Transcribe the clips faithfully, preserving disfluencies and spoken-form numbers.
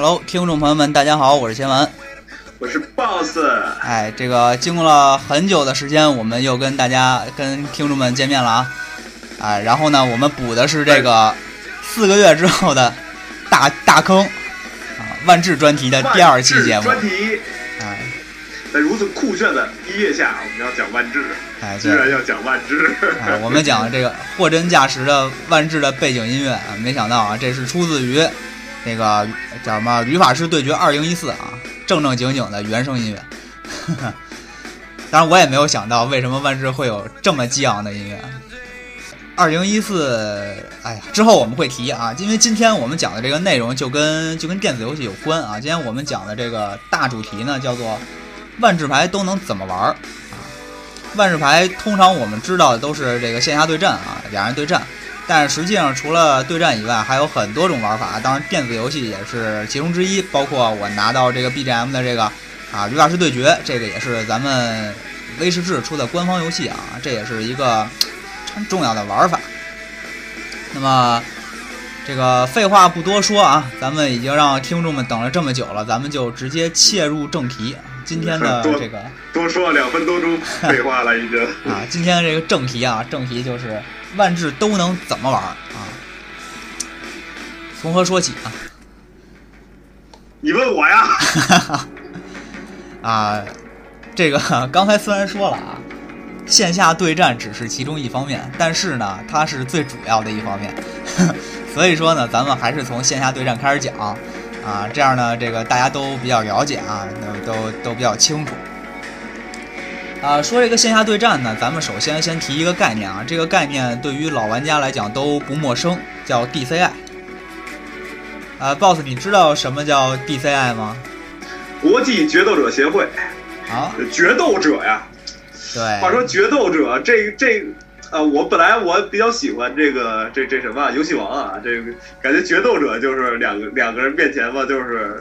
Hello， 听众朋友们，大家好，我是贤文， 我是 Boss。 哎，这个经过了很久的时间，我们又跟大家、跟听众们见面了啊！哎，然后呢，我们补的是这个四个月之后的大大坑啊，万智专题的第二期节目。 专题。 哎， 在如此酷炫的音乐下，我们要讲万智。 哎， 居然要讲万智。 哎，我们讲这个货真价实的万智的背景音乐啊，没想到啊，这是出自于。那个叫什么《吕法师对决二零一四》啊，正正经经的原声音乐。当然，我也没有想到为什么万智会有这么激昂的音乐。二零一四，哎呀，之后我们会提啊，因为今天我们讲的这个内容就跟就跟电子游戏有关啊。今天我们讲的这个大主题呢，叫做万智牌都能怎么玩啊？万智牌通常我们知道的都是这个线下对战啊，两人对战。但是实际上，除了对战以外，还有很多种玩法。当然，电子游戏也是其中之一。包括我拿到这个 B G M 的这个啊《吕法师对决》，这个也是咱们威士忌出的官方游戏啊，这也是一个很重要的玩法。那么，这个废话不多说啊，咱们已经让听众们等了这么久了，咱们就直接切入正题。今天的这个多说了两分多钟废话了已经啊，今天的这个正题啊，正题就是。万智都能怎么玩啊？从何说起啊？ 你问我呀？ 啊，这个刚才虽然说了啊，线下对战只是其中一方面，但是呢，它是最主要的一方面。所以说呢，咱们还是从线下对战开始讲啊，这样呢，这个大家都比较了解啊，都都比较清楚。啊，说这个线下对战呢，咱们首先先提一个概念啊，这个概念对于老玩家来讲都不陌生，叫 D C I。啊 ，Boss， 你知道什么叫 D C I 吗？ 国际决斗者协会。 啊， 决斗者呀。 对。 话说决斗者，这这，呃，我本来我比较喜欢这个这这什么游戏王啊，这个感觉决斗者就是两个两个人面前嘛，就是。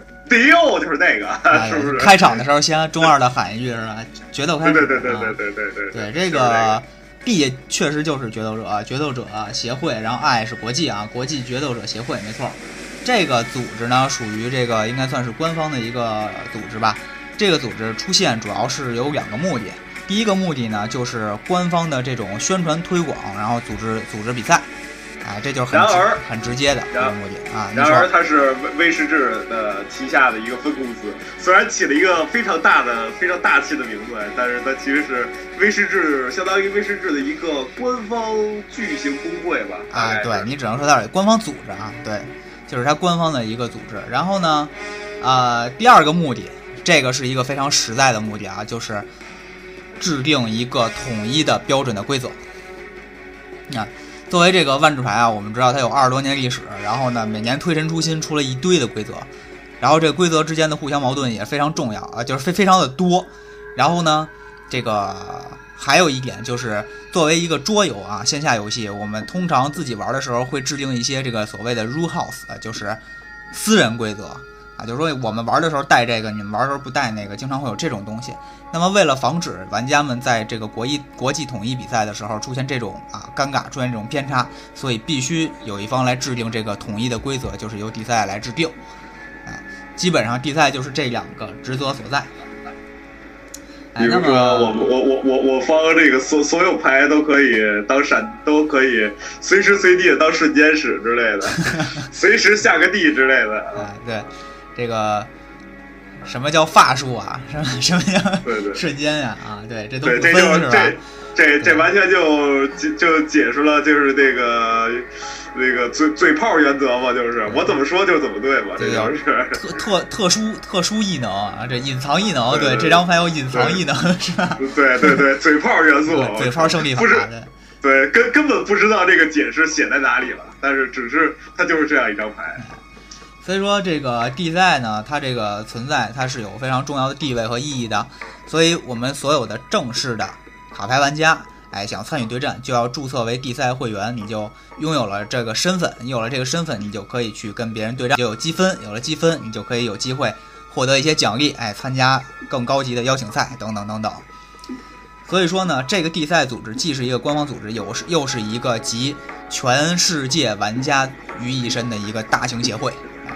丢就是那个， 哎、 是不是？ 开场的时候先中二的喊一句是吧？决斗开始。 对对对对对对对对。 对这个 D 确实就是决斗者，决斗者协会，然后 I 是国际啊，国际决斗者协会，没错。这个组织呢，属于这个应该算是官方的一个组织吧。这个组织出现主要是有两个目的，第一个目的呢，就是官方的这种宣传推广，然后组织组织比赛。哎，这就是很然而很直接的这个目的啊。 然而，它是威士忌的旗下的一个分公司，虽然起了一个非常大的、非常大气的名字，但是它其实是威士忌，相当于威士忌的一个官方巨型工会吧。 啊，对，你只能说它是官方组织啊，对，就是它官方的一个组织。然后呢，呃，第二个目的，这个是一个非常实在的目的啊，就是制定一个统一的标准的规则。啊。作为这个万智牌啊，我们知道它有二十多年历史，然后呢，每年推陈出新，出了一堆的规则，然后这个规则之间的互相矛盾也非常重要啊，就是非非常的多。然后呢，这个还有一点就是，作为一个桌游啊，线下游戏，我们通常自己玩的时候会制定一些这个所谓的 rule house， 就是私人规则啊，就是说我们玩的时候带这个，你们玩的时候不带那个，经常会有这种东西。那么为了防止玩家们在这个国际国际统一比赛的时候出现这种啊尴尬，出现这种偏差，所以必须有一方来制定这个统一的规则，就是由 D C I 来制定。啊，基本上 D C I 就是这两个职责所在。 比如说，我我我我我方这个所所有牌都可以当闪，都可以随时随地当瞬间使之类的，随时下个地之类的。 啊，对，这个。什么叫法术啊？什么什么叫瞬间呀？啊，对，这都不分是吧？ 这这这完全就就解释了，就是那个那个嘴嘴炮原则嘛，就是我怎么说就怎么对嘛，这就是特特特殊特殊异能啊，这隐藏异能，对，这张牌有隐藏异能是吧？ 对对对，嘴炮元素， 嘴炮胜利法，对对，根根本不知道这个解释写在哪里了，但是只是它就是这样一张牌。 所以说这个 D C I 呢，它这个存在它是有非常重要的地位和意义的，所以我们所有的正式的卡牌玩家，哎，想参与对战就要注册为 D C I 会员，你就拥有了这个身份，你有了这个身份，你就可以去跟别人对战，就有积分，有了积分，你就可以有机会获得一些奖励，哎，参加更高级的邀请赛等等等等。所以说呢，这个 D C I 组织既是一个官方组织，又是又是一个集全世界玩家于一身的一个大型协会。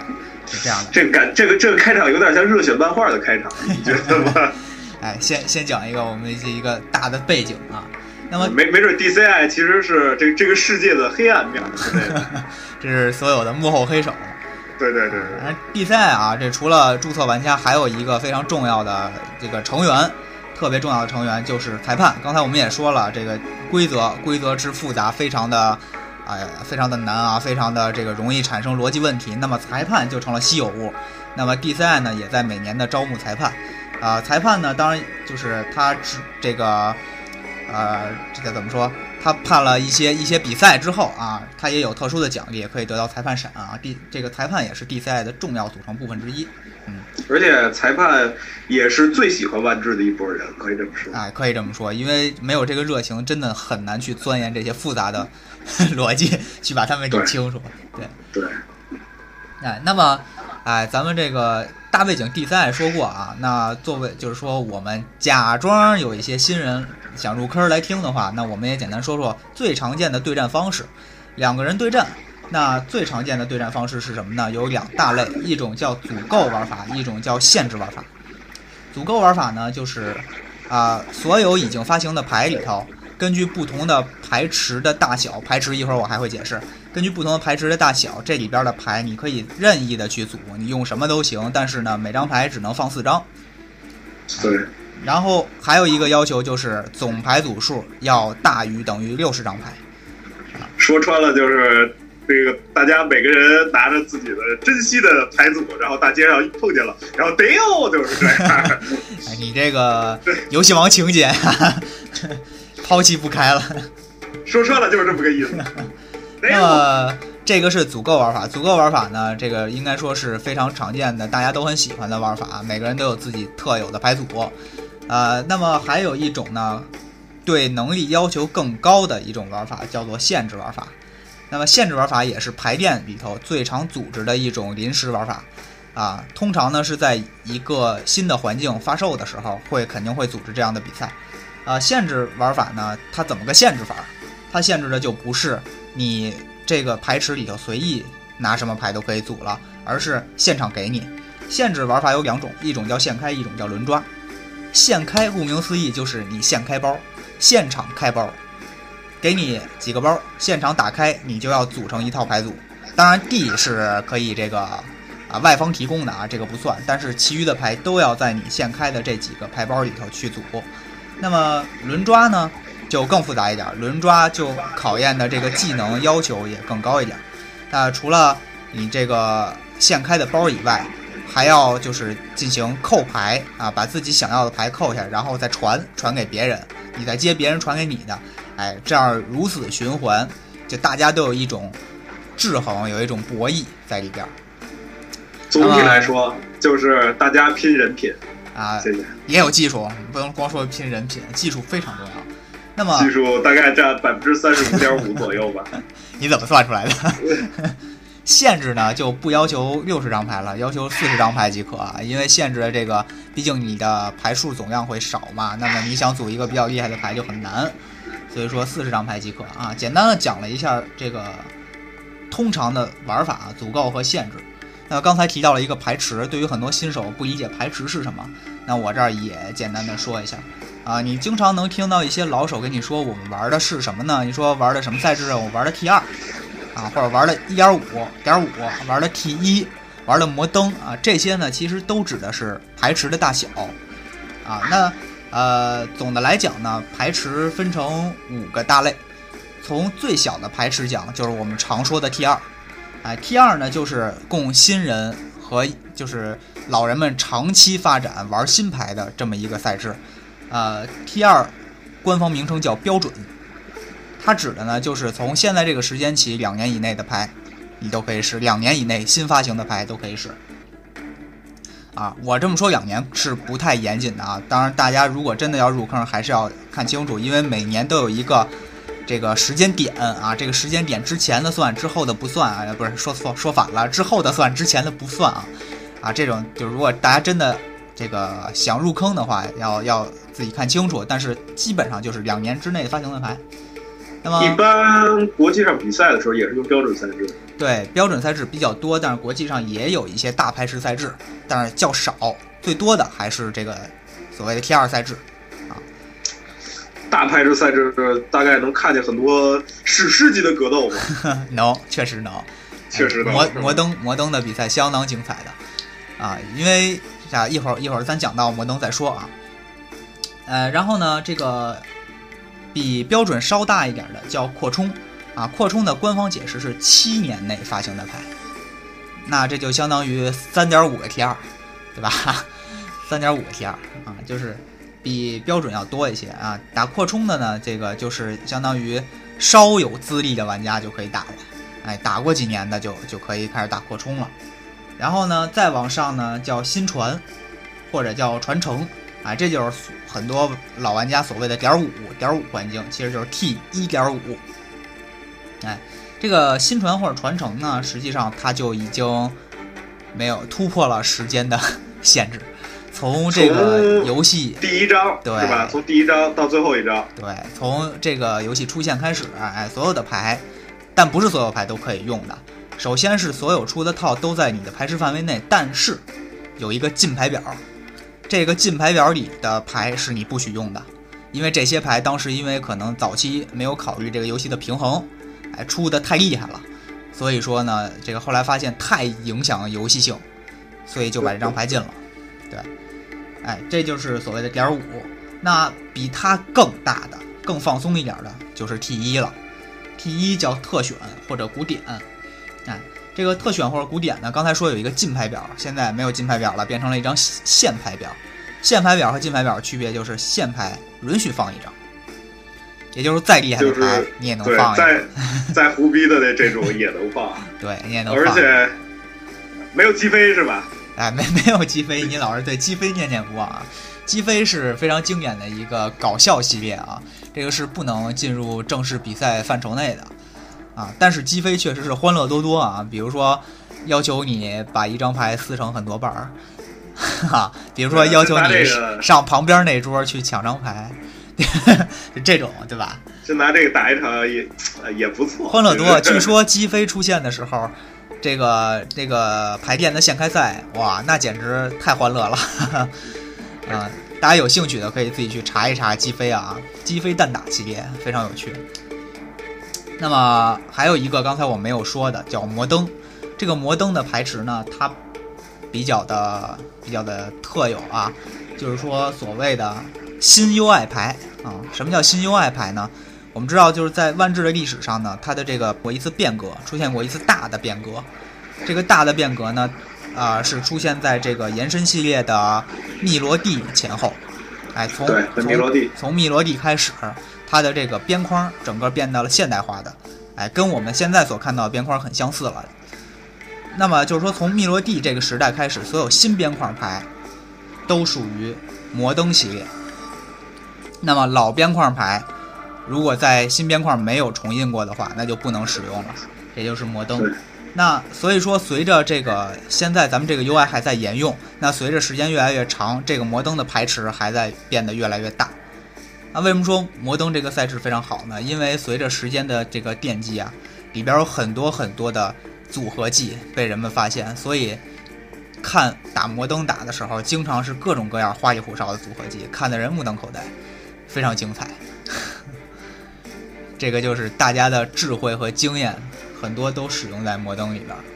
是这样的。 这个感，这个这个开场有点像热血漫画的开场，你觉得吗？ 哎，先先讲一个我们一个大的背景啊。那么没没准 D C I 其实是这这个世界的黑暗面之类的， 这是所有的幕后黑手。 对对对对。 D C I 啊，这除了注册玩家，还有一个非常重要的这个成员，特别重要的成员就是裁判。刚才我们也说了，这个规则规则之复杂，非常的哎、呃、非常的难啊，非常的这个容易产生逻辑问题。那么裁判就成了稀有物。那么 D C I 呢，也在每年的招募裁判。啊、呃，裁判呢，当然就是他这个。呃，这个怎么说？他判了一些一些比赛之后啊，他也有特殊的奖励，也可以得到裁判审啊。D 这个裁判也是 D C I 的重要组成部分之一。嗯， 而且裁判也是最喜欢万智的一波人，可以这么说。 哎，可以这么说，因为没有这个热情，真的很难去钻研这些复杂的逻辑，去把它们理清楚。对对。对哎，那么，哎，咱们这个大背景 D C I 说过啊，那作为就是说我们假装有一些新人想入坑来听的话，那我们也简单说说最常见的对战方式。两个人对战，那最常见的对战方式是什么呢？有两大类，一种叫组构玩法，一种叫限制玩法。组构玩法呢，就是啊、呃，所有已经发行的牌里头，根据不同的牌池的大小，牌池一会儿我还会解释。根据不同的牌池的大小，这里边的牌你可以任意的去组，你用什么都行，但是呢，每张牌只能放四张。 对。 然后还有一个要求就是总牌组数要大于等于六十张牌。 说穿了就是这个，大家每个人拿着自己的珍惜的牌组，然后大街上碰见了，然后得哟，就是这样。 哎，你这个游戏王情节呀，抛弃不开了。 说穿了就是这么个意思。 那么这个是组构玩法，组构玩法呢，这个应该说是非常常见的，大家都很喜欢的玩法，每个人都有自己特有的牌组。呃，那么还有一种呢，对能力要求更高的一种玩法，叫做限制玩法。那么限制玩法也是牌店里头最常组织的一种临时玩法啊，通常呢是在一个新的环境发售的时候，会肯定会组织这样的比赛。啊，限制玩法呢，它怎么个限制法？它限制的就不是你这个牌池里头随意拿什么牌都可以组了，而是现场给你。限制玩法有两种，一种叫现开，一种叫轮抓。现开顾名思义就是你现开包，现场开包，给你几个包，现场打开，你就要组成一套牌组。当然 D 是可以这个啊外方提供的啊，这个不算，但是其余的牌都要在你现开的这几个牌包里头去组。那么轮抓呢就更复杂一点，轮抓就考验的这个技能要求也更高一点。那除了你这个现开的包以外，还要就是进行扣牌啊，把自己想要的牌扣下，然后再传传给别人，你再接别人传给你的，哎，这样如此循环，就大家都有一种制衡，有一种博弈在里边。 总体来说，就是大家拼人品啊， 谢谢。 也有技术，不能光说拼人品，技术非常重要。那么技术大概占百分之三十五点五左右吧。 你怎么算出来的？限制呢就不要求六十张牌了，要求四十张牌即可啊，因为限制的这个，毕竟你的牌数总量会少嘛，那么你想组一个比较厉害的牌就很难，所以说四十张牌即可啊。简单的讲了一下这个通常的玩法，组构和限制。那刚才提到了一个牌池，对于很多新手不理解牌池是什么，那我这儿也简单的说一下啊。你经常能听到一些老手跟你说我们玩的是什么呢？你说玩的什么赛制啊？我玩的 T 二。啊，或者玩的 一点五 点五， 玩的 T 一， 玩的摩登啊，这些呢其实都指的是牌池的大小啊。那呃总的来讲呢，牌池分成五个大类。从最小的牌池讲，就是我们常说的 T 二，哎 T 二呢就是供新人和就是老人们长期发展玩新牌的这么一个赛制。呃 T 二官方名称叫标准。它指的呢，就是从现在这个时间起，两年以内的牌，你都可以试；两年以内新发行的牌都可以试。啊，我这么说两年是不太严谨的啊。当然，大家如果真的要入坑，还是要看清楚，因为每年都有一个这个时间点啊，这个时间点之前的算，之后的不算啊，不是说错说反了，之后的算，之前的不算啊。啊，这种就如果大家真的这个想入坑的话，要要自己看清楚。但是基本上就是两年之内发行的牌。 那么一般国际上比赛的时候也是用标准赛制。 对，标准赛制比较多，但是国际上也有一些大牌池赛制，但是较少，最多的还是这个所谓的 T 二赛制啊。 大牌池赛制大概能看见很多史诗级的格斗吧？ 能，确实能， 确实能。 摩摩登摩登的比赛相当精彩的啊，因为啊一会儿一会儿咱讲到摩登再说啊。呃，然后呢，这个比标准稍大一点的叫扩充啊，扩充的官方解释是七年内发行的牌，那这就相当于 三点五 个 T 二， 对吧？ 三点五 个 T 二 啊，就是比标准要多一些啊。打扩充的呢，这个就是相当于稍有资历的玩家就可以打了，哎，打过几年的就就可以开始打扩充了。然后呢，再往上呢叫新传或者叫传承。啊，这就是很多老玩家所谓的点五点五环境，其实就是 T 一点五。哎，这个新传或者传承呢，实际上它就已经没有突破了时间的限制，从这个游戏第一章对是吧？从第一章到最后一章， 对，从这个游戏出现开始，哎，所有的牌，但不是所有牌都可以用的。首先是所有出的套都在你的牌池范围内，但是有一个禁牌表。这个禁牌表里的牌是你不许用的，因为这些牌当时因为可能早期没有考虑这个游戏的平衡，哎，出的太厉害了，所以说呢，这个后来发现太影响游戏性，所以就把这张牌禁了。对，哎，这就是所谓的点五。那比它更大的、更放松一点的，就是 T 一了。T 一叫特选或者古典，哎。这个特选或者古典呢，刚才说有一个禁牌表，现在没有禁牌表了，变成了一张限牌表。限牌表和禁牌表的区别就是限牌允许放一张，也就是再厉害的牌你也能放一张。 再再胡逼的那这种也能放， 对，你也能放。 而且没有击飞是吧？ 哎，没没有击飞，你老是对击飞念念不忘啊。击飞是非常经典的一个搞笑系列啊，这个是不能进入正式比赛范畴内的。啊，但是击飞确实是欢乐多多啊！比如说，要求你把一张牌撕成很多半儿，哈，比如说要求你上旁边那桌去抢张牌，就这种，对吧？ 就拿这个打一场也也不错， 欢乐多。据说击飞出现的时候，这个这个牌店的现开赛，哇，那简直太欢乐了！啊，大家有兴趣的可以自己去查一查击飞啊，击飞蛋打系列非常有趣。那么还有一个刚才我没有说的叫摩登，这个摩登的牌池呢，它比较的比较的特有啊，就是说所谓的新 U I 牌啊。什么叫新 U I 牌呢？我们知道就是在万智的历史上呢，它的这个过一次变革，出现过一次大的变革。这个大的变革呢，啊、呃、是出现在这个延伸系列的密罗地前后，哎，从从密罗地从密罗地开始。它的这个边框整个变到了现代化的，哎，跟我们现在所看到的边框很相似了。那么就是说，从密罗地这个时代开始，所有新边框牌都属于摩登系列。那么老边框牌，如果在新边框没有重印过的话，那就不能使用了，也就是摩登。那所以说，随着这个现在咱们这个 U I 还在沿用，那随着时间越来越长，这个摩登的牌池还在变得越来越大。那为什么说摩登这个赛制非常好呢？因为随着时间的这个奠基啊，里边有很多很多的组合技被人们发现，所以看打摩登打的时候，经常是各种各样花里胡哨的组合技，看得人目瞪口呆，非常精彩。这个就是大家的智慧和经验，很多都使用在摩登里边。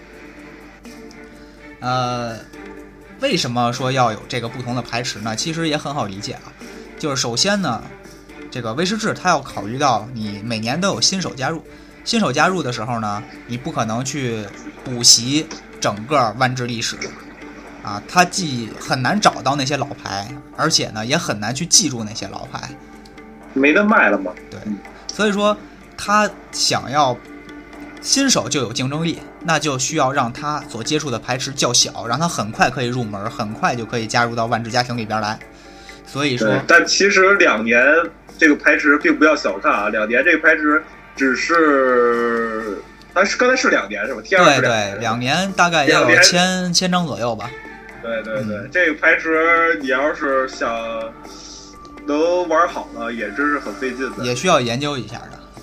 呃，为什么说要有这个不同的牌池呢？其实也很好理解啊，就是首先呢。这个威士制它要考虑到你每年都有新手加入，新手加入的时候呢，你不可能去补习整个万智历史啊，它既很难找到那些老牌，而且呢也很难去记住那些老牌， 没得卖了嘛。 对，所以说他想要新手就有竞争力，那就需要让他所接触的牌池较小，让他很快可以入门，很快就可以加入到万智家庭里边来。所以说， 但其实两年。这个牌池并不要小看啊，两年这个牌池只是，啊是刚才是两年是吧？第二对对，两年大概也有千千张左右吧。 对对对，嗯、这个牌池你要是想能玩好呢，也真是很费劲的， 也需要研究一下的。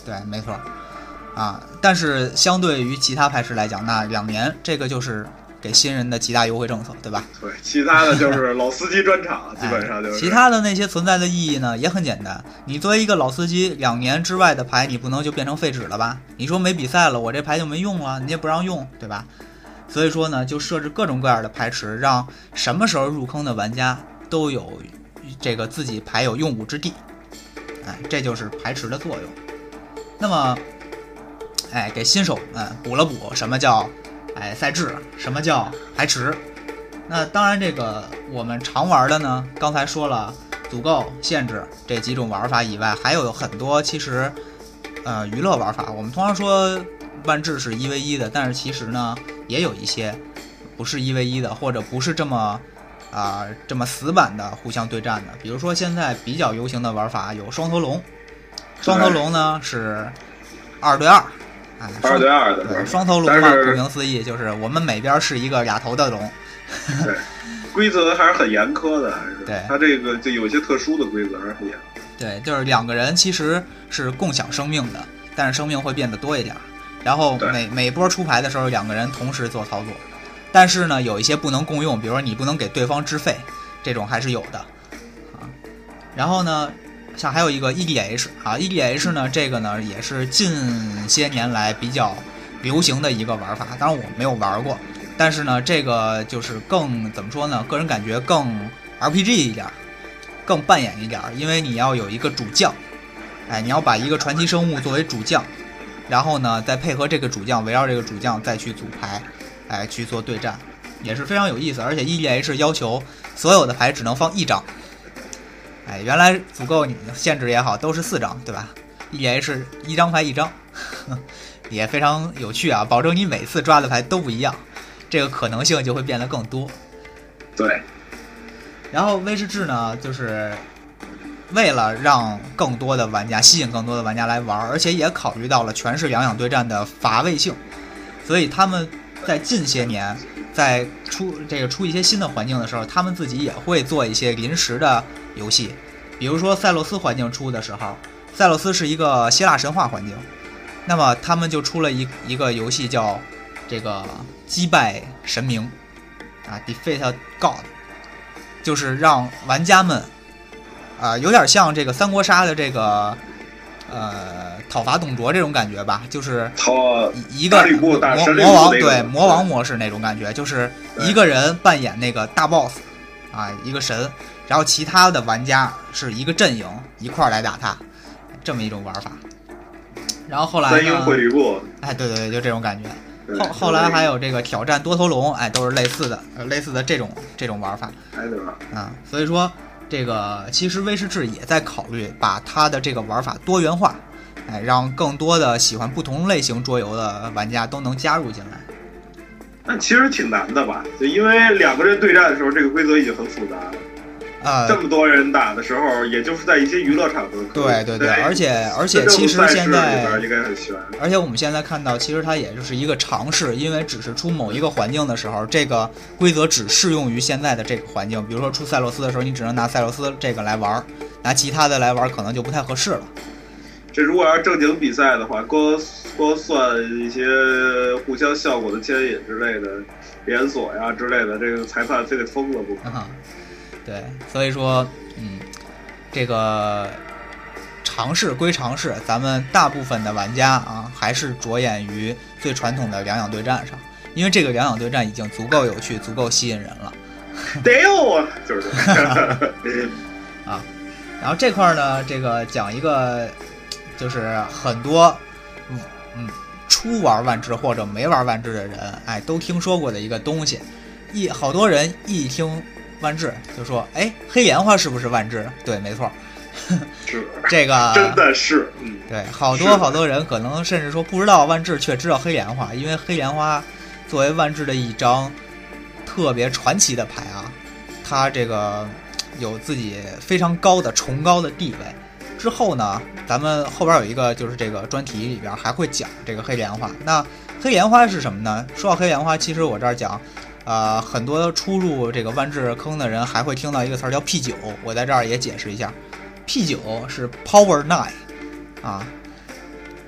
对，没错。啊，但是相对于其他牌池来讲，那两年这个就是给新人的极大优惠政策，对吧？ 对，其他的就是老司机专场，基本上就是、 哎。其他的那些存在的意义呢，也很简单。你作为一个老司机，两年之外的牌，你不能就变成废纸了吧？你说没比赛了，我这牌就没用了，你也不让用，对吧？所以说呢，就设置各种各样的牌池，让什么时候入坑的玩家都有这个自己牌有用武之地。哎，这就是牌池的作用。那么。哎，给新手们补了补什么叫哎赛制，什么叫牌池。那当然，这个我们常玩的呢，刚才说了足够、限制这几种玩法以外，还有很多其实呃娱乐玩法。我们通常说万智是一 v 一的，但是其实呢也有一些不是一 v 一的，或者不是这么啊、呃、这么死板的互相对战的。比如说现在比较流行的玩法有双头龙，双头龙呢是二对二。哎， 二对二的， 对，双头龙嘛，顾名思义就是我们每边是一个俩头的龙。 对，规则还是很严苛的，还是对它这个就有一些特殊的规则还是很严苛。 对，就是两个人其实是共享生命的，但是生命会变得多一点。然后每每波出牌的时候，两个人同时做操作，但是呢，有一些不能共用，比如说你不能给对方支费，这种还是有的啊。然后呢？像还有一个 E D H 啊 ，E D H 呢，这个呢也是近些年来比较流行的一个玩法。当然我没有玩过，但是呢，这个就是更怎么说呢？个人感觉更 R P G 一点，更扮演一点，因为你要有一个主将，哎，你要把一个传奇生物作为主将，然后呢再配合这个主将，围绕这个主将再去组牌，哎，去做对战，也是非常有意思。而且 E D H 要求所有的牌只能放一张。哎，原来足够你限制也好，都是四张，对吧 ？E D H 一张牌一张，也非常有趣啊！保证你每次抓的牌都不一样，这个可能性就会变得更多。 对。 然后威士忌呢，就是为了让更多的玩家吸引更多的玩家来玩，而且也考虑到了全是两养对战的乏味性，所以他们在近些年在出这个出一些新的环境的时候，他们自己也会做一些临时的游戏。比如说赛洛斯环境出的时候，赛洛斯是一个希腊神话环境，那么他们就出了一一个游戏叫这个击败神明啊 ，Defeat God， 就是让玩家们啊、呃、有点像这个三国杀的这个呃讨伐董卓这种感觉吧，就是一个魔魔王对魔王模式那种感觉，就是一个人扮演那个大 boss 啊，一个神。然后其他的玩家是一个阵营一块儿来打他，这么一种玩法。然后后来呢， 三英会吕布， 哎，对对对，就这种感觉。后后来还有这个挑战多头龙，哎，都是类似的，呃，类似的这种这种玩法。 哎，对吧？ 啊，所以说这个其实威士忌也在考虑把它的这个玩法多元化，哎，让更多的喜欢不同类型桌游的玩家都能加入进来。 但其实挺难的吧？就因为两个人对战的时候，这个规则已经很复杂了。 呃， 这么多人打的时候，也就是在一些娱乐场合。 对对对，而且而且其实现在应该很悬。 而且我们现在看到，其实它也就是一个尝试，因为只是出某一个环境的时候，这个规则只适用于现在的这个环境。比如说出赛洛斯的时候，你只能拿赛洛斯这个来玩，拿其他的来玩可能就不太合适了。 这如果要正经比赛的话，光光算一些互相效果的牵引之类的连锁呀之类的，这个裁判非得疯了不可。 嗯对，所以说，嗯，这个尝试归尝试，咱们大部分的玩家啊，还是着眼于最传统的两养对战上，因为这个两养对战已经足够有趣，足够吸引人了。 得有啊，就是啊，然后这块呢，这个讲一个，就是很多，嗯嗯，初玩万智或者没玩万智的人，哎，都听说过的一个东西，一好多人一听。万智就说：“哎，黑莲花是不是万智？”对，没错， 是这个真的是，嗯， 对，好多好多人可能甚至说不知道万智，却知道黑莲花，因为黑莲花作为万智的一张特别传奇的牌啊，它这个有自己非常高的崇高的地位。之后呢，咱们后边有一个就是这个专题里边还会讲这个黑莲花。那黑莲花是什么呢？说到黑莲花，其实我这儿讲。呃，很多初入这个万智坑的人还会听到一个词儿叫 P 九， 我在这儿也解释一下 ，P 九 是 Power Nine 啊，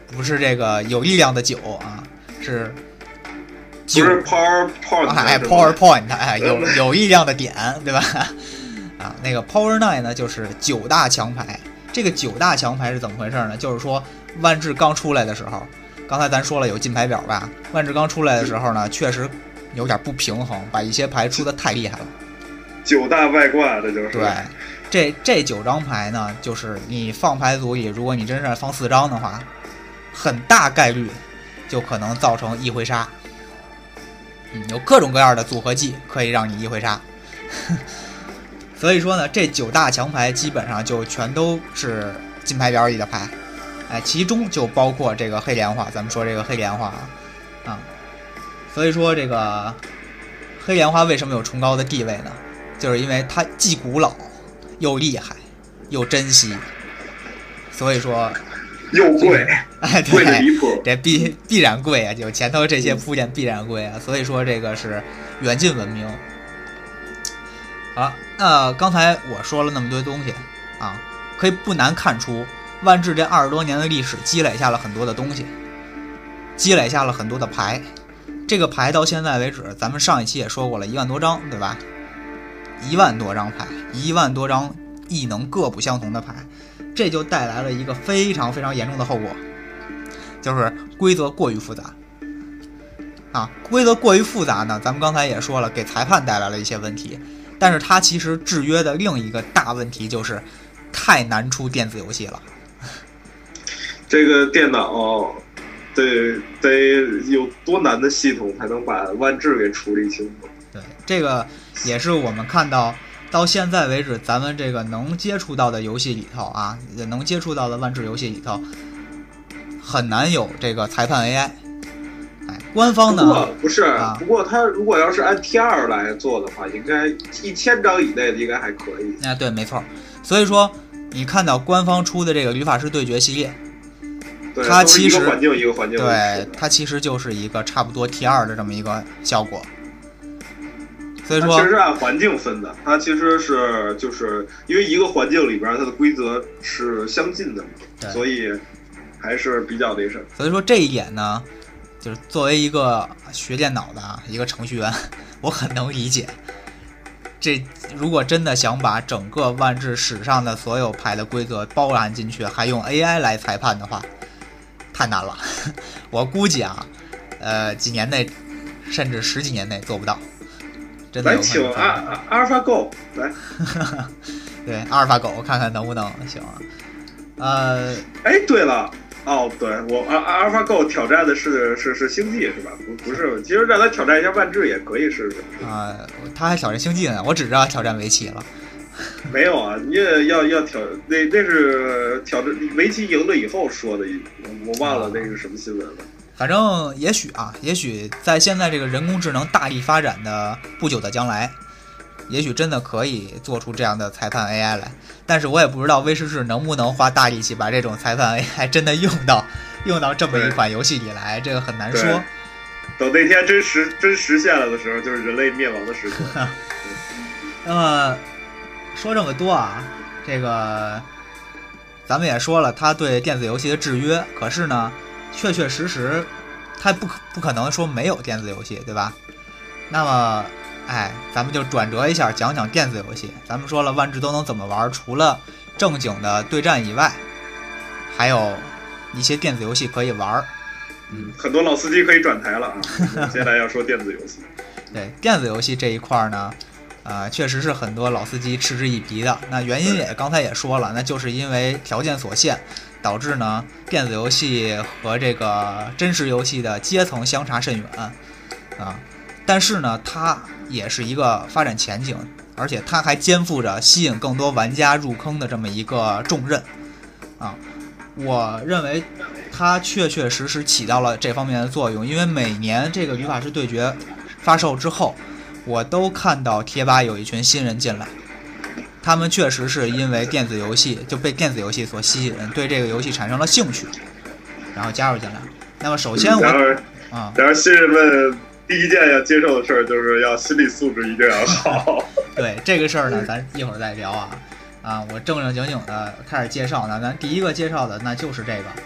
不是这个有力量的九啊，是九，不是 Power Point， 哎 PowerPoint， 哎有有力量的点，对吧？啊，那个 Power Nine 呢，就是九大强牌。这个九大强牌是怎么回事呢？就是说万智刚出来的时候，刚才咱说了有金牌表吧？万智刚出来的时候呢，确实有点不平衡，把一些牌出的太厉害了。 九大外挂，这就是。 对，这这九张牌呢，就是你放牌组里，如果你真是放四张的话，很大概率就可能造成一回杀。嗯，有各种各样的组合技可以让你一回杀。所以说呢，这九大强牌基本上就全都是金牌表里的牌，哎，其中就包括这个黑莲花。咱们说这个黑莲花啊，啊，所以说这个黑莲花为什么有崇高的地位呢？就是因为它既古老又厉害又珍惜，所以说又贵， 哎， 贵的离谱， 这必必然贵啊！就前头这些铺垫必然贵啊，所以说这个是远近闻名。好，那刚才我说了那么多东西啊，可以不难看出，万智这二十多年的历史积累下了很多的东西，积累下了很多的牌。这个牌到现在为止，咱们上一期也说过了，一万多张，对吧？一万多张牌，一万多张异能各不相同的牌，这就带来了一个非常非常严重的后果，就是规则过于复杂。啊，规则过于复杂呢，咱们刚才也说了，给裁判带来了一些问题。但是它其实制约的另一个大问题就是太难出电子游戏了。 这个电脑得得有多难的系统才能把万智给处理清楚？ 对，这个也是我们看到到现在为止，咱们这个能接触到的游戏里头啊，能接触到的万智游戏里头，很难有这个裁判 A I。官方呢？ 不过不是， 啊、 不过他如果要是按 T 二 来做的话，应该一千张以内的应该还可以。 啊，对，没错。所以说，你看到官方出的这个旅法师对决系列， 对它其实一个环境一个环境， 对，它其实就是一个差不多 T 二 的这么一个效果。所以说， 它其实是按环境分的，它其实是就是因为一个环境里边它的规则是相近的，所以还是比较那什么。 所以说这一点呢。就是作为一个学电脑的一个程序员，我很能理解。这如果真的想把整个万智史上的所有牌的规则包含进去，还用 A I 来裁判的话，太难了。我估计啊，呃，几年内，甚至十几年内做不到。真的有可能。 来请阿阿尔法狗来。 对，阿尔法狗看看能不能行啊？呃， 哎，对了。哦，对，我阿阿尔法狗挑战的是是是星际是吧？不不是，其实让他挑战一下万智也可以试试啊、呃。他还挑战星际呢，我只知道挑战围棋了。 没有啊，你也要要挑那那是挑战围棋赢了以后说的，我忘了那是什么新闻了。 反正也许啊，也许在现在这个人工智能大力发展的不久的将来，也许真的可以做出这样的裁判 A I 来。但是我也不知道威士忌能不能花大力气把这种裁判 A I 真的用到用到这么一款游戏里来，这个很难说。 等那天真实真实现了的时候，就是人类灭亡的时刻。 那么说这么多啊，这个咱们也说了，它对电子游戏的制约，可是呢，确确实实，它不可不可能说没有电子游戏，对吧？那么。哎，咱们就转折一下，讲讲电子游戏。咱们说了，万智都能怎么玩？除了正经的对战以外，还有一些电子游戏可以玩。 嗯，很多老司机可以转台了啊。接下来要说电子游戏。 对，电子游戏这一块呢，呃，确实是很多老司机嗤之以鼻的。那原因也刚才也说了，那就是因为条件所限，导致呢电子游戏和这个真实游戏的阶层相差甚远啊。但是呢，它也是一个发展前景，而且它还肩负着吸引更多玩家入坑的这么一个重任啊。我认为它确确实实起到了这方面的作用，因为每年这个旅法师对决发售之后，我都看到贴吧有一群新人进来，他们确实是因为电子游戏就被电子游戏所吸引，对这个游戏产生了兴趣，然后加入进来。那么首先我啊， 然后新人们第一件要接受的事儿就是要心理素质一定要好。 对这个事儿呢，咱一会儿再聊啊。啊，我正正经经的开始介绍呢，咱第一个介绍的那就是这个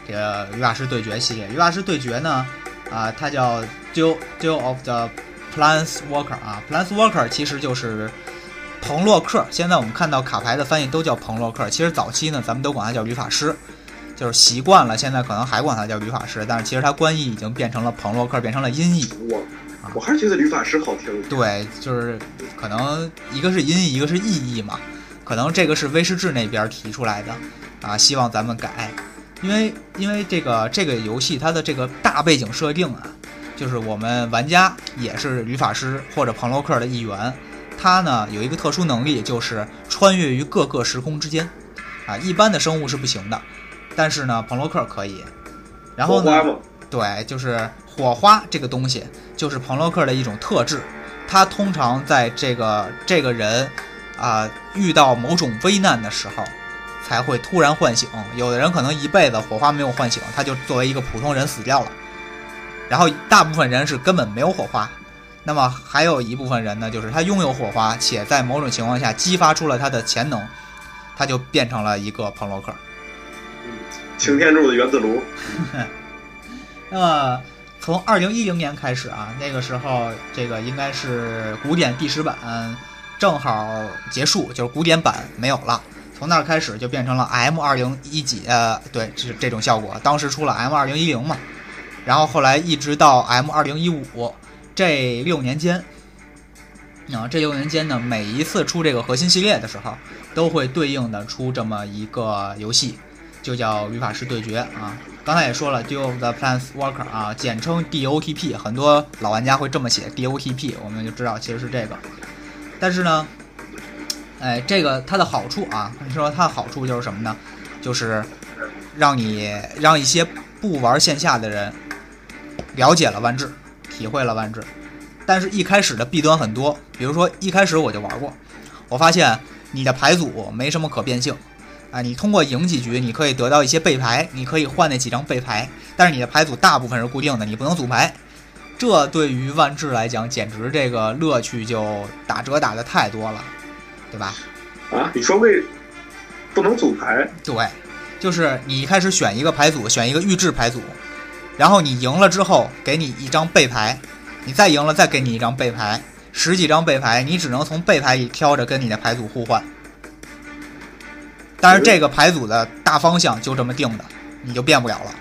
这个语法师对决系列。语法师对决呢，啊、呃，它叫 Duel Duel of the Planeswalker 啊 ，Planeswalker 其实就是彭洛克。现在我们看到卡牌的翻译都叫彭洛克，其实早期呢，咱们都管它叫语法师，就是习惯了，现在可能还管它叫语法师，但是其实它官译已经变成了彭洛克，变成了音译。 我我还是觉得语法师好听。 对，就是可能一个是音译，一个是意译嘛。可能这个是威士忌那边提出来的啊，希望咱们改，因为因为这个这个游戏它的这个大背景设定啊，就是我们玩家也是语法师或者彭洛克的一员，他呢有一个特殊能力，就是穿越于各个时空之间啊，一般的生物是不行的，但是呢彭洛克可以。然后呢，对，就是火花这个东西就是彭洛克的一种特质，他通常在这个这个人啊、呃，遇到某种危难的时候才会突然唤醒，有的人可能一辈子火花没有唤醒，他就作为一个普通人死掉了，然后大部分人是根本没有火花，那么还有一部分人呢，就是他拥有火花，且在某种情况下激发出了他的潜能，他就变成了一个彭洛克， 擎天柱的原子炉。 那么从二零一零年开始啊，那个时候这个应该是古典第十版正好结束，就是古典版没有了，从那儿开始就变成了 M 二零一几，呃，对，是这种效果。当时出了 M 二零一零嘛，然后后来一直到 M 二零一五，这六年间，啊，这六年间呢，每一次出这个核心系列的时候，都会对应的出这么一个游戏，就叫语法师对决啊。刚才也说了 ，Duel of the Planeswalker 啊，简称 D O T P， 很多老玩家会这么写 D O T P， 我们就知道其实是这个。但是呢，哎，这个它的好处啊，你说它的好处就是什么呢？就是让你让一些不玩线下的人了解了万智，体会了万智。但是一开始的弊端很多，比如说一开始我就玩过，我发现你的牌组没什么可变性。啊，你通过赢几局，你可以得到一些备牌，你可以换那几张备牌，但是你的牌组大部分是固定的，你不能组牌。这对于万智来讲，简直这个乐趣就打折打的太多了，对吧？ 啊，你说为不能组牌？ 对，就是你一开始选一个牌组，选一个预制牌组，然后你赢了之后给你一张备牌，你再赢了再给你一张备牌，十几张备牌，你只能从备牌里挑着跟你的牌组互换。但是这个牌组的大方向就这么定的，你就变不了了。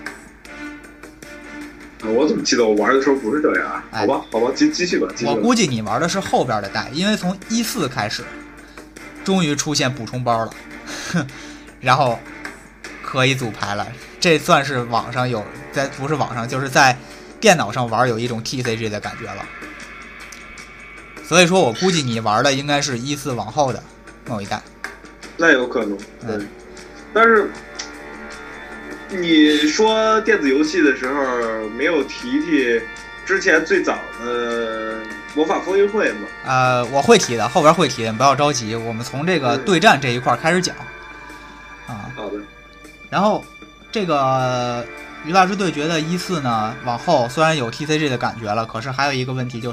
我怎么记得我玩的时候不是这样？好吧，好吧，继继续吧。继续吧。 我估计你玩的是后边的代，因为从一四开始，终于出现补充包了，然后可以组牌了。这算是网上有，在不是网上，就是在电脑上玩有一种 T C G 的感觉了。所以说我估计你玩的应该是一四往后的某一代。 那有可能，对。嗯、但是你说电子游戏的时候，没有提提之前最早的魔法风云会吗？ 呃，我会提的，后边会提的，不要着急。我们从这个对战这一块开始讲。啊， 好的。 然后这个语法师对决的一四呢，往后虽然有 T C G 的感觉了，可是还有一个问题就是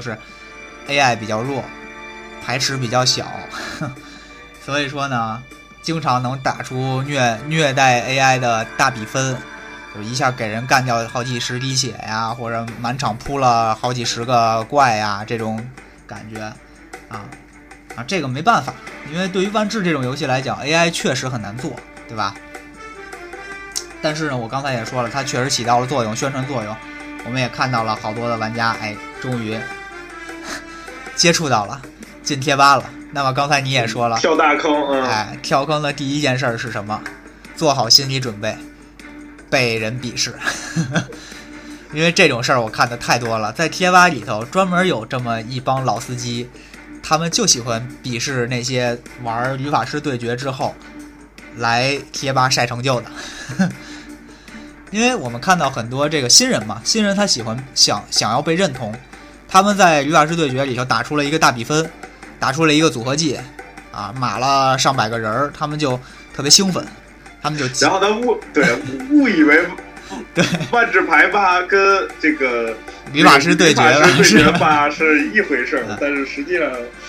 A I 比较弱，排池比较小，所以说呢。经常能打出虐虐待 A I 的大比分，就一下给人干掉好几十滴血呀，或者满场扑了好几十个怪呀，这种感觉啊啊，这个没办法，因为对于万智这种游戏来讲 ，A I 确实很难做，对吧？但是呢，我刚才也说了，它确实起到了作用，宣传作用。我们也看到了好多的玩家，哎，终于接触到了，进贴吧了。那么刚才你也说了， 跳大坑，嗯， 哎，跳坑的第一件事是什么？做好心理准备，被人鄙视。因为这种事儿我看的太多了，在贴吧里头专门有这么一帮老司机，他们就喜欢鄙视那些玩语法师对决之后来贴吧晒成就的。因为我们看到很多这个新人嘛，新人他喜欢想想要被认同，他们在语法师对决里头打出了一个大比分。打出了一个组合技，啊，码了上百个人，他们就特别兴奋，他们就然后他误对误以为对万智牌吧跟这个语法师对决对决吧是一回事儿，但是实际上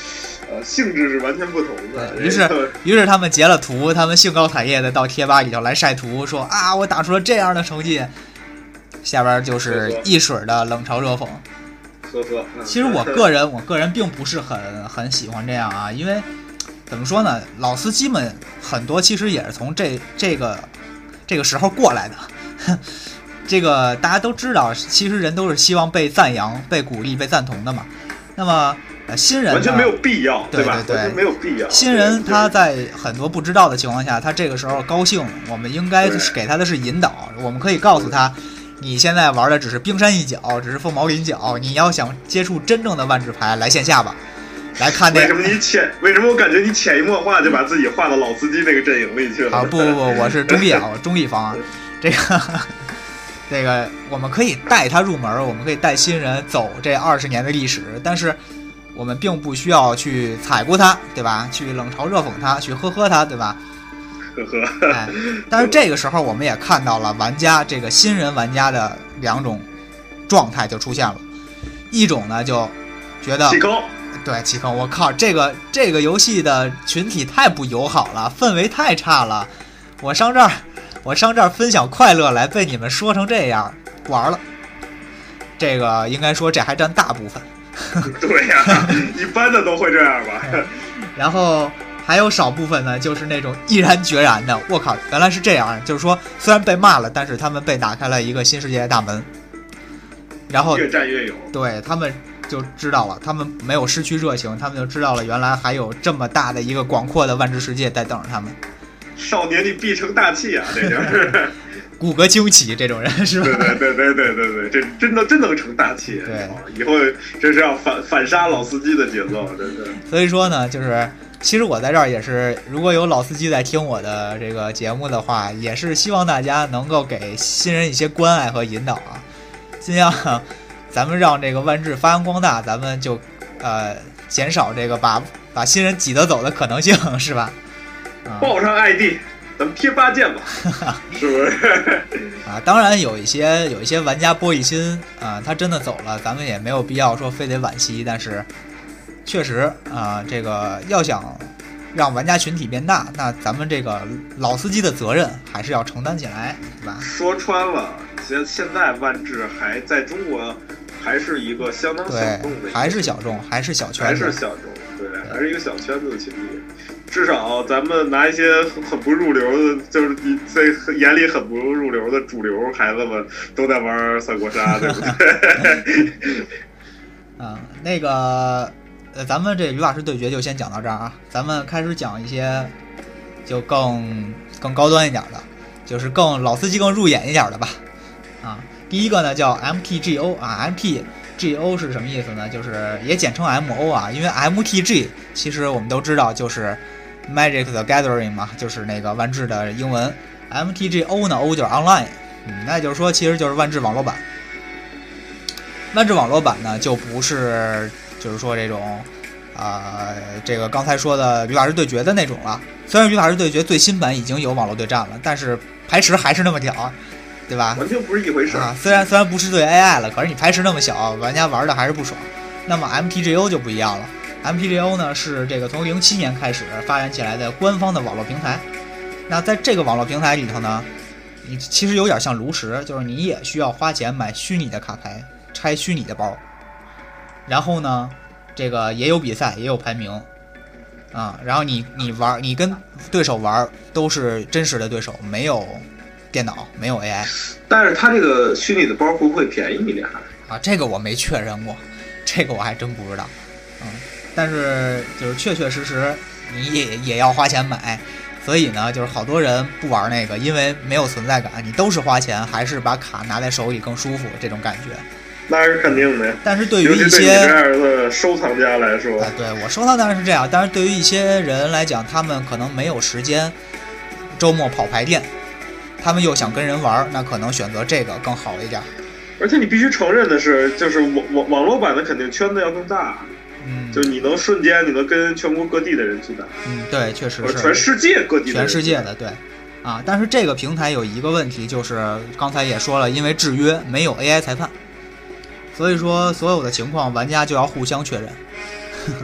呃，性质是完全不同的。 于是，于是他们截了图，他们兴高采烈的到贴吧里头来晒图，说啊，我打出了这样的成绩。下边就是一水的冷嘲热讽。 呵呵。 其实我个人，我个人并不是很很喜欢这样啊，因为怎么说呢，老司机们很多其实也是从这这个这个时候过来的。这个大家都知道，其实人都是希望被赞扬、被鼓励、被赞同的嘛。那么。呃，新人完全没有必要， 对吧？ 对对， 没有必要。 新人他在很多不知道的情况下，他这个时候高兴，我们应该给他的是引导。我们可以告诉他，你现在玩的只是冰山一角，只是凤毛麟角。你要想接触真正的万智牌，来线下吧，来看那。 为什么你潜？为什么我感觉你潜移默化就把自己划到老司机那个阵营里去了？ 啊，不不不，我是中立啊，我中立方啊。这个这个，我们可以带他入门，我们可以带新人走这二十年的历史，但是。我们并不需要去踩过他，对吧？去冷嘲热讽他，去呵呵他，对吧？ 呵呵。 哎，但是这个时候我们也看到了玩家这个新人玩家的两种状态就出现了，一种呢就觉得弃坑， 对弃坑，我靠，这个这个游戏的群体太不友好了，氛围太差了，我上这儿我上这儿分享快乐来，被你们说成这样，玩了。这个应该说这还占大部分。 对呀、啊，一般的都会这样吧。 然后还有少部分呢，就是那种毅然决然的，我靠，原来是这样。就是说，虽然被骂了，但是他们被打开了一个新世界的大门。然后越战越勇， 对他们就知道了，他们没有失去热情，他们就知道了原来还有这么大的一个广阔的万智世界在等着他们。 少年你必成大器啊，这就是骨骼惊奇这种人是吧？ 对对对对对对对，这真的真能成大器。 对， 以后真是要反反杀老司机的节奏，真的。 所以说呢，就是其实我在这儿也是，如果有老司机在听我的这个节目的话，也是希望大家能够给新人一些关爱和引导啊，尽量咱们让这个万智发扬光大，咱们就呃减少这个把把新人挤得走的可能性，是吧？ 报上 I D， 咱们贴吧见吧，是不是？ 啊，当然有一些有一些玩家玻璃心啊，他真的走了，咱们也没有必要说非得惋惜。但是确实啊，这个要想让玩家群体变大，那咱们这个老司机的责任还是要承担起来，对吧？ 说穿了，现现在万智还在中国还是一个相当小众的， 还是小众，还是小圈子， 还是小众，对，还是一个小圈子的群体。至少咱们拿一些很不入流的，就是你在眼里很不入流的主流孩子们都在玩三国杀，对不对？ 啊，那个，呃，咱们这语法师对决就先讲到这儿啊，咱们开始讲一些就更更高端一点的，就是更老司机更入眼一点的吧。啊，第一个呢叫 M T G O 啊 ，M T G O 是什么意思呢？就是也简称 M O 啊，因为 M T G 其实我们都知道就是Magic the Gathering 嘛，就是那个万智的英文。M T G O 呢 ，O 就是 Online， 嗯，那就是说其实就是万智网络版。万智网络版呢就不是就是说这种啊、呃、这个刚才说的语法师对决的那种了。虽然语法师对决最新版已经有网络对战了，但是排池还是那么屌，对吧？ 完全不是一回事啊！ 虽然虽然不是对 A I 了，可是你排池那么小，玩家玩的还是不爽。那么 M T G O 就不一样了。M T G O 呢是这个从零七年开始发展起来的官方的网络平台。那在这个网络平台里头呢，你其实有点像炉石，就是你也需要花钱买虚拟的卡牌，拆虚拟的包。然后呢，这个也有比赛，也有排名啊。然后你你玩，你跟对手玩都是真实的对手，没有电脑，没有 A I。 但是它这个虚拟的包会不会便宜一点啊？这个我没确认过，这个我还真不知道。嗯。但是就是确确实实你也也要花钱买，所以呢就是好多人不玩那个，因为没有存在感，你都是花钱，还是把卡拿在手里更舒服这种感觉。 那是肯定的。 但是对于一些这样的收藏家来说， 啊，对我收藏当然是这样，但是对于一些人来讲，他们可能没有时间周末跑牌店，他们又想跟人玩，那可能选择这个更好一点。 而且你必须承认的是，就是网网网络版的肯定圈子要更大。 嗯， 就你能瞬间你能跟全国各地的人去打， 嗯，对，确实是全世界各地的人， 全世界的，对，啊，但是这个平台有一个问题，就是刚才也说了，因为制约没有 A I 裁判，所以说所有的情况玩家就要互相确认。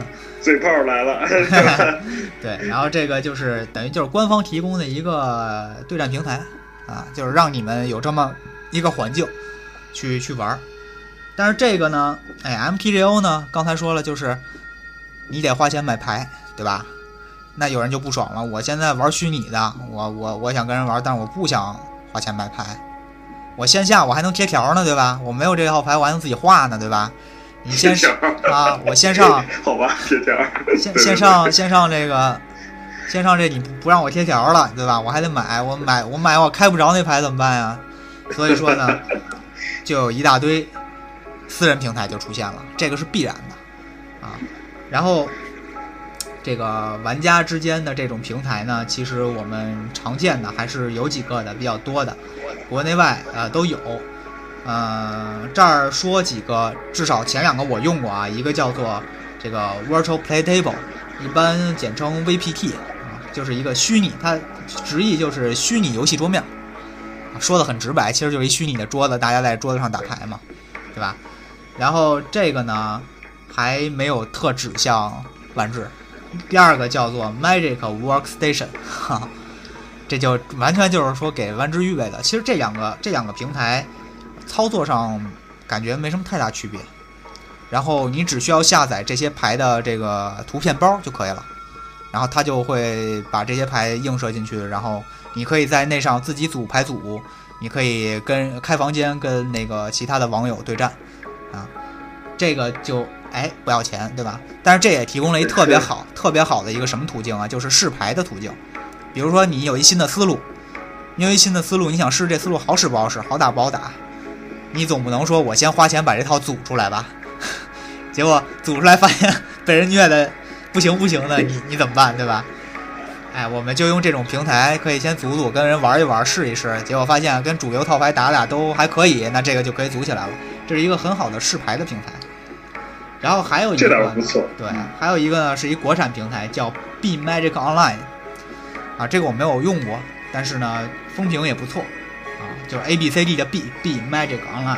嘴炮来了。 对，然后这个就是等于就是官方提供的一个对战平台啊，就是让你们有这么一个环境去去玩。但是这个呢，哎 ，M T G O 呢，刚才说了，就是你得花钱买牌，对吧？那有人就不爽了，我现在玩虚拟的，我我我想跟人玩，但是我不想花钱买牌。我线下我还能贴条呢，对吧？我没有这套牌，我还能自己画呢，对吧？你线啊，我线上好吧，贴条。 线线上线上这个线上这你不让我贴条了，对吧？我还得买，我买我买我开不着那牌怎么办呀？所以说呢，就有一大堆私人平台就出现了，这个是必然的啊。然后这个玩家之间的这种平台呢，其实我们常见的还是有几个的，比较多的，国内外呃都有。呃，这儿说几个，至少前两个我用过啊，一个叫做这个 Virtual Play Table， 一般简称 V P T 啊，就是一个虚拟，它直译就是虚拟游戏桌面，说的很直白，其实就是一虚拟的桌子，大家在桌子上打牌嘛，对吧？然后这个呢还没有特指向万智。第二个叫做 Magic Workstation， 哈，这就完全就是说给万智预备的。其实这两个这两个平台操作上感觉没什么太大区别，然后你只需要下载这些牌的这个图片包就可以了，然后它就会把这些牌映射进去，然后你可以在那上自己组牌组，你可以跟开房间跟那个其他的网友对战啊，这个就哎不要钱，对吧？但是这也提供了一特别好特别好的一个什么途径啊，就是试牌的途径。比如说你有一新的思路，你有一新的思路，你想试这思路好使不好使，好打不好打，你总不能说我先花钱把这套组出来吧，结果组出来发现被人虐的不行不行的，你你怎么办，对吧？哎，我们就用这种平台可以先组组跟人玩一玩试一试，结果发现跟主流套牌打打都还可以，那这个就可以组起来了，这是一个很好的试牌的平台。然后还有一个， 这倒不错， 对，还有一个呢是一国产平台叫 B Magic Online， 啊，这个我没有用过，但是呢风评也不错，啊，就是 A B C D 的 B B Magic Online。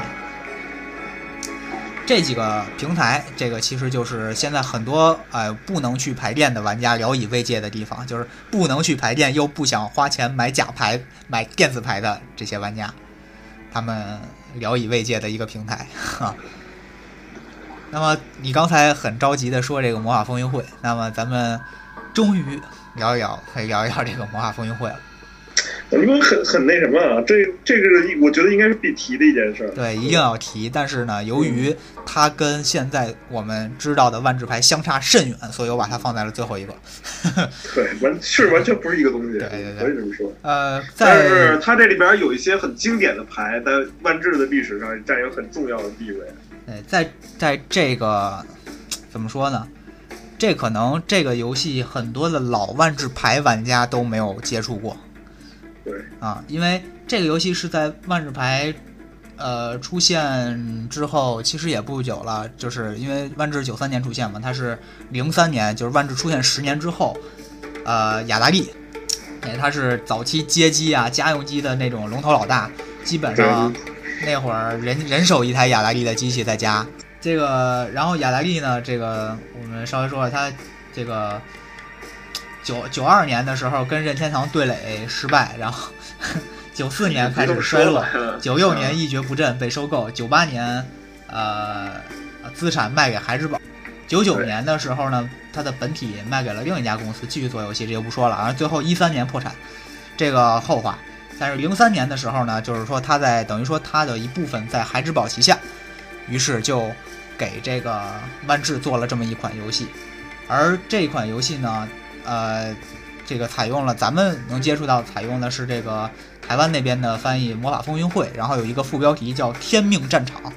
这几个平台，这个其实就是现在很多呃不能去牌店的玩家聊以慰藉的地方，就是不能去牌店又不想花钱买假牌、买电子牌的这些玩家，他们聊以慰藉的一个平台哈。那么你刚才很着急的说这个魔法风云会，那么咱们终于聊一聊，可以聊一聊这个魔法风云会了。 因为很很那什么啊，这这个我觉得应该是必提的一件事。 对，一定要提。但是呢，由于它跟现在我们知道的万智牌相差甚远，所以我把它放在了最后一个。 对，完是完全不是一个东西。 对对对， 可以这么说。 呃， 但是它这里边有一些很经典的牌，在万智的历史上占有很重要的地位。 对，在在这个怎么说呢？这可能这个游戏很多的老万智牌玩家都没有接触过。 对啊，因为这个游戏是在万智牌呃出现之后，其实也不久了，就是因为万智九三年出现嘛，它是零三年，就是万智出现十年之后，呃，雅达利，哎，它是早期街机啊、家用机的那种龙头老大，基本上那会儿人人手一台雅达利的机器在家。这个，然后雅达利呢，这个我们稍微说了，它这个。九九二年的时候跟任天堂对垒失败，然后九四年开始衰落，九六年一蹶不振被收购，九八年呃资产卖给孩之宝，九九年的时候呢，它的本体卖给了另一家公司继续做游戏，这就不说了。然后最后一三年破产，这个后话。但是零三年的时候呢，就是说它在等于说它的一部分在孩之宝旗下，于是就给这个万智做了这么一款游戏，而这款游戏呢。呃，这个采用了咱们能接触到，采用的是这个台湾那边的翻译《魔法风云会》，然后有一个副标题叫《天命战场》，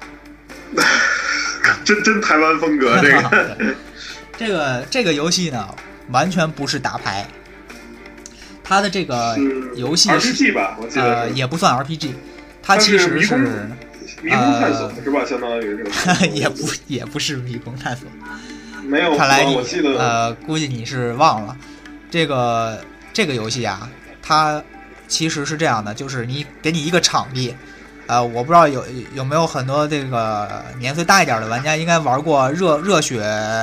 真真台湾风格。这个这个这个游戏呢，完全不是打牌，它的这个游戏是 R P G 吧？我记得呃也不算 R P G， 它其实是迷宫探索、呃、是吧？相当于这个也不也不是迷宫探索。 没有， 看来你我记得呃，估计你是忘了，这个这个游戏啊，它其实是这样的，就是你给你一个场地，呃，我不知道有有没有很多这个年岁大一点的玩家应该玩过热热血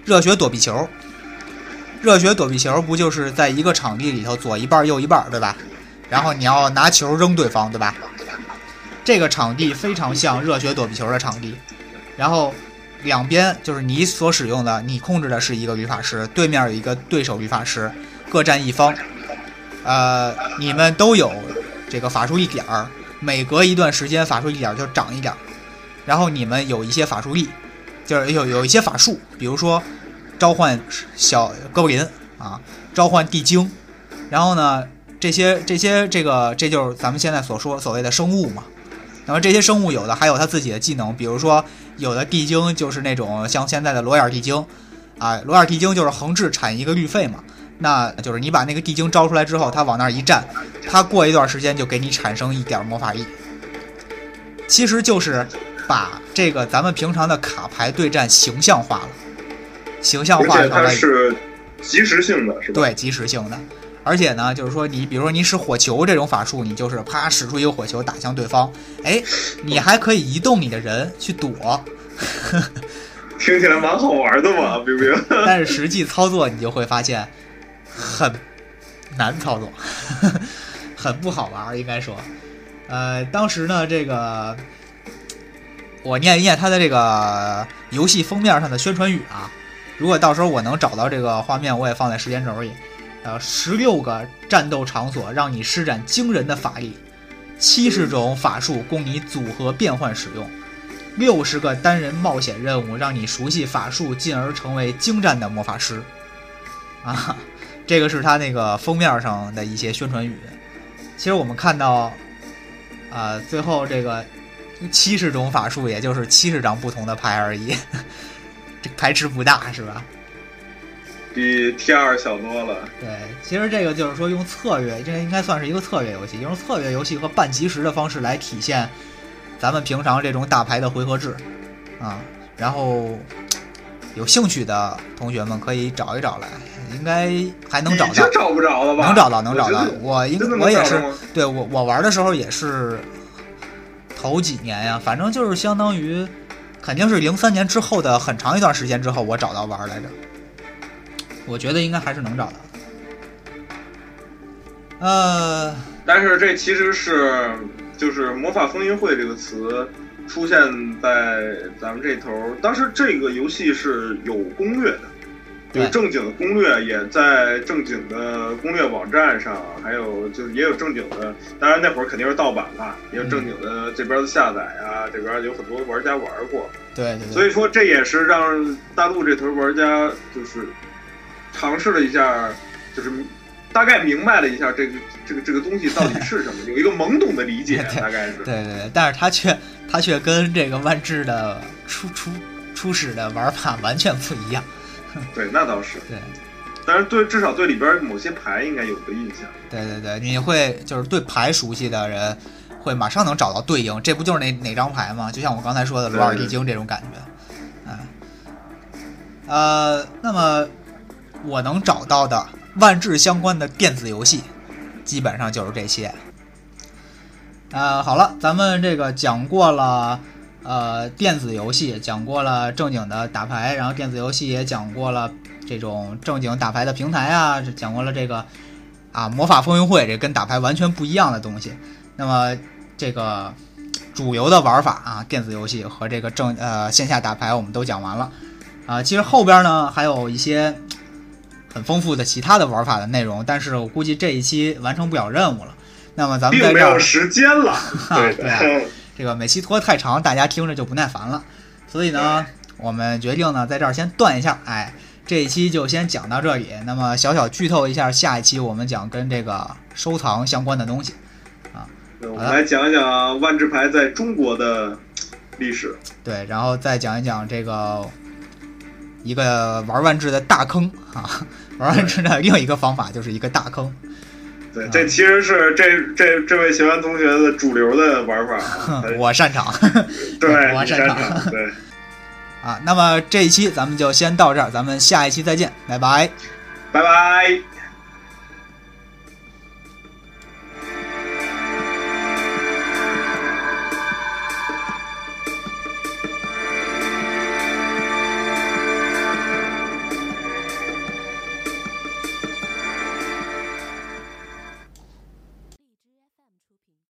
热血躲避球。热血躲避球不就是在一个场地里头左一半右一半，对吧？然后你要拿球扔对方，对吧？这个场地非常像热血躲避球的场地，然后两边就是你所使用的，你控制的是一个旅法师，对面有一个对手旅法师，各占一方。呃，你们都有这个法术一点儿，每隔一段时间法术一点儿就涨一点儿。然后你们有一些法术力，就是有有一些法术，比如说召唤小哥布林啊，召唤地精，然后呢，这些这些这个这就是咱们现在所说所谓的生物嘛。那么这些生物有的还有他自己的技能，比如说有的地精就是那种像现在的裸眼地精啊，裸眼地精就是横置产一个绿肺嘛，那就是你把那个地精招出来之后，他往那儿一站，他过一段时间就给你产生一点魔法力，其实就是把这个咱们平常的卡牌对战形象化了，形象化而且它是即时性的，是吧？ 对，即时性的。而且呢，就是说你比如说你使火球这种法术，你就是啪使出一个火球打向对方，哎，你还可以移动你的人去躲， 听起来蛮好玩的嘛，冰冰。 但是实际操作你就会发现很难操作，很不好玩，应该说。呃，当时呢，这个我念一念它的这个游戏封面上的宣传语啊，如果到时候我能找到这个画面，我也放在时间轴里。呃，十六个战斗场所让你施展惊人的法力，七十种法术供你组合变换使用，六十个单人冒险任务让你熟悉法术，进而成为精湛的魔法师。啊，这个是他那个封面上的一些宣传语。其实我们看到，啊、呃，最后这个七十种法术，也就是七十张不同的牌而已，这牌池不大，是吧？ 比 T 二 小多了。 对，其实这个就是说用策略，这应该算是一个策略游戏，用策略游戏和半即时的方式来体现咱们平常这种打牌的回合制啊。然后有兴趣的同学们可以找一找来，应该还能找到。 已经找不着了吧？ 能找到，能找到。我应我也是，对我我玩的时候也是头几年呀，反正就是相当于肯定是零三年之后的很长一段时间之后，我找到玩来着。我觉得应该还是能找到的。呃， 但是这其实是就是魔法风云会这个词出现在咱们这头，当时这个游戏是有攻略的，有正经的攻略，也在正经的攻略网站上，还有就是也有正经的，当然那会儿肯定是盗版了，也有正经的这边的下载啊，这边有很多玩家玩过。 对对对。 所以说这也是让大陆这头玩家就是尝试了一下，就是大概明白了一下这个这个这个东西到底是什么，有一个懵懂的理解，大概是。 对对对，但是他却他却跟这个万智的初初初始的玩法完全不一样。 对，那倒是。 对， 但是对至少对里边某些牌应该有个印象。 对对对，你会就是对牌熟悉的人会马上能找到对应，这不就是哪哪张牌吗？就像我刚才说的罗尔地精这种感觉。哎，呃，那么。我能找到的万智相关的电子游戏基本上就是这些。呃，好了，咱们这个讲过了呃电子游戏，讲过了正经的打牌，然后电子游戏也讲过了这种正经打牌的平台啊，讲过了这个啊魔法风云会，这跟打牌完全不一样的东西。那么这个主流的玩法啊，电子游戏和这个正呃线下打牌我们都讲完了啊、呃。其实后边呢还有一些很丰富的其他的玩法的内容，但是我估计这一期完成不了任务了。那么咱们在这儿并没有时间了，对对、啊，这个每期拖太长，大家听着就不耐烦了。所以呢，我们决定呢在这儿先断一下，哎，这一期就先讲到这里。那么小小剧透一下，下一期我们讲跟这个收藏相关的东西啊。 我们来讲一讲万智牌在中国的历史， 对，然后再讲一讲这个一个玩万智的大坑啊。玩万智的另一个方法就是一个大坑， 对，这其实是这这这位学员同学的主流的玩法、啊， 我擅长， 对， 我擅长，对， 啊，那么这一期咱们就先到这儿，咱们下一期再见，拜拜， 拜拜。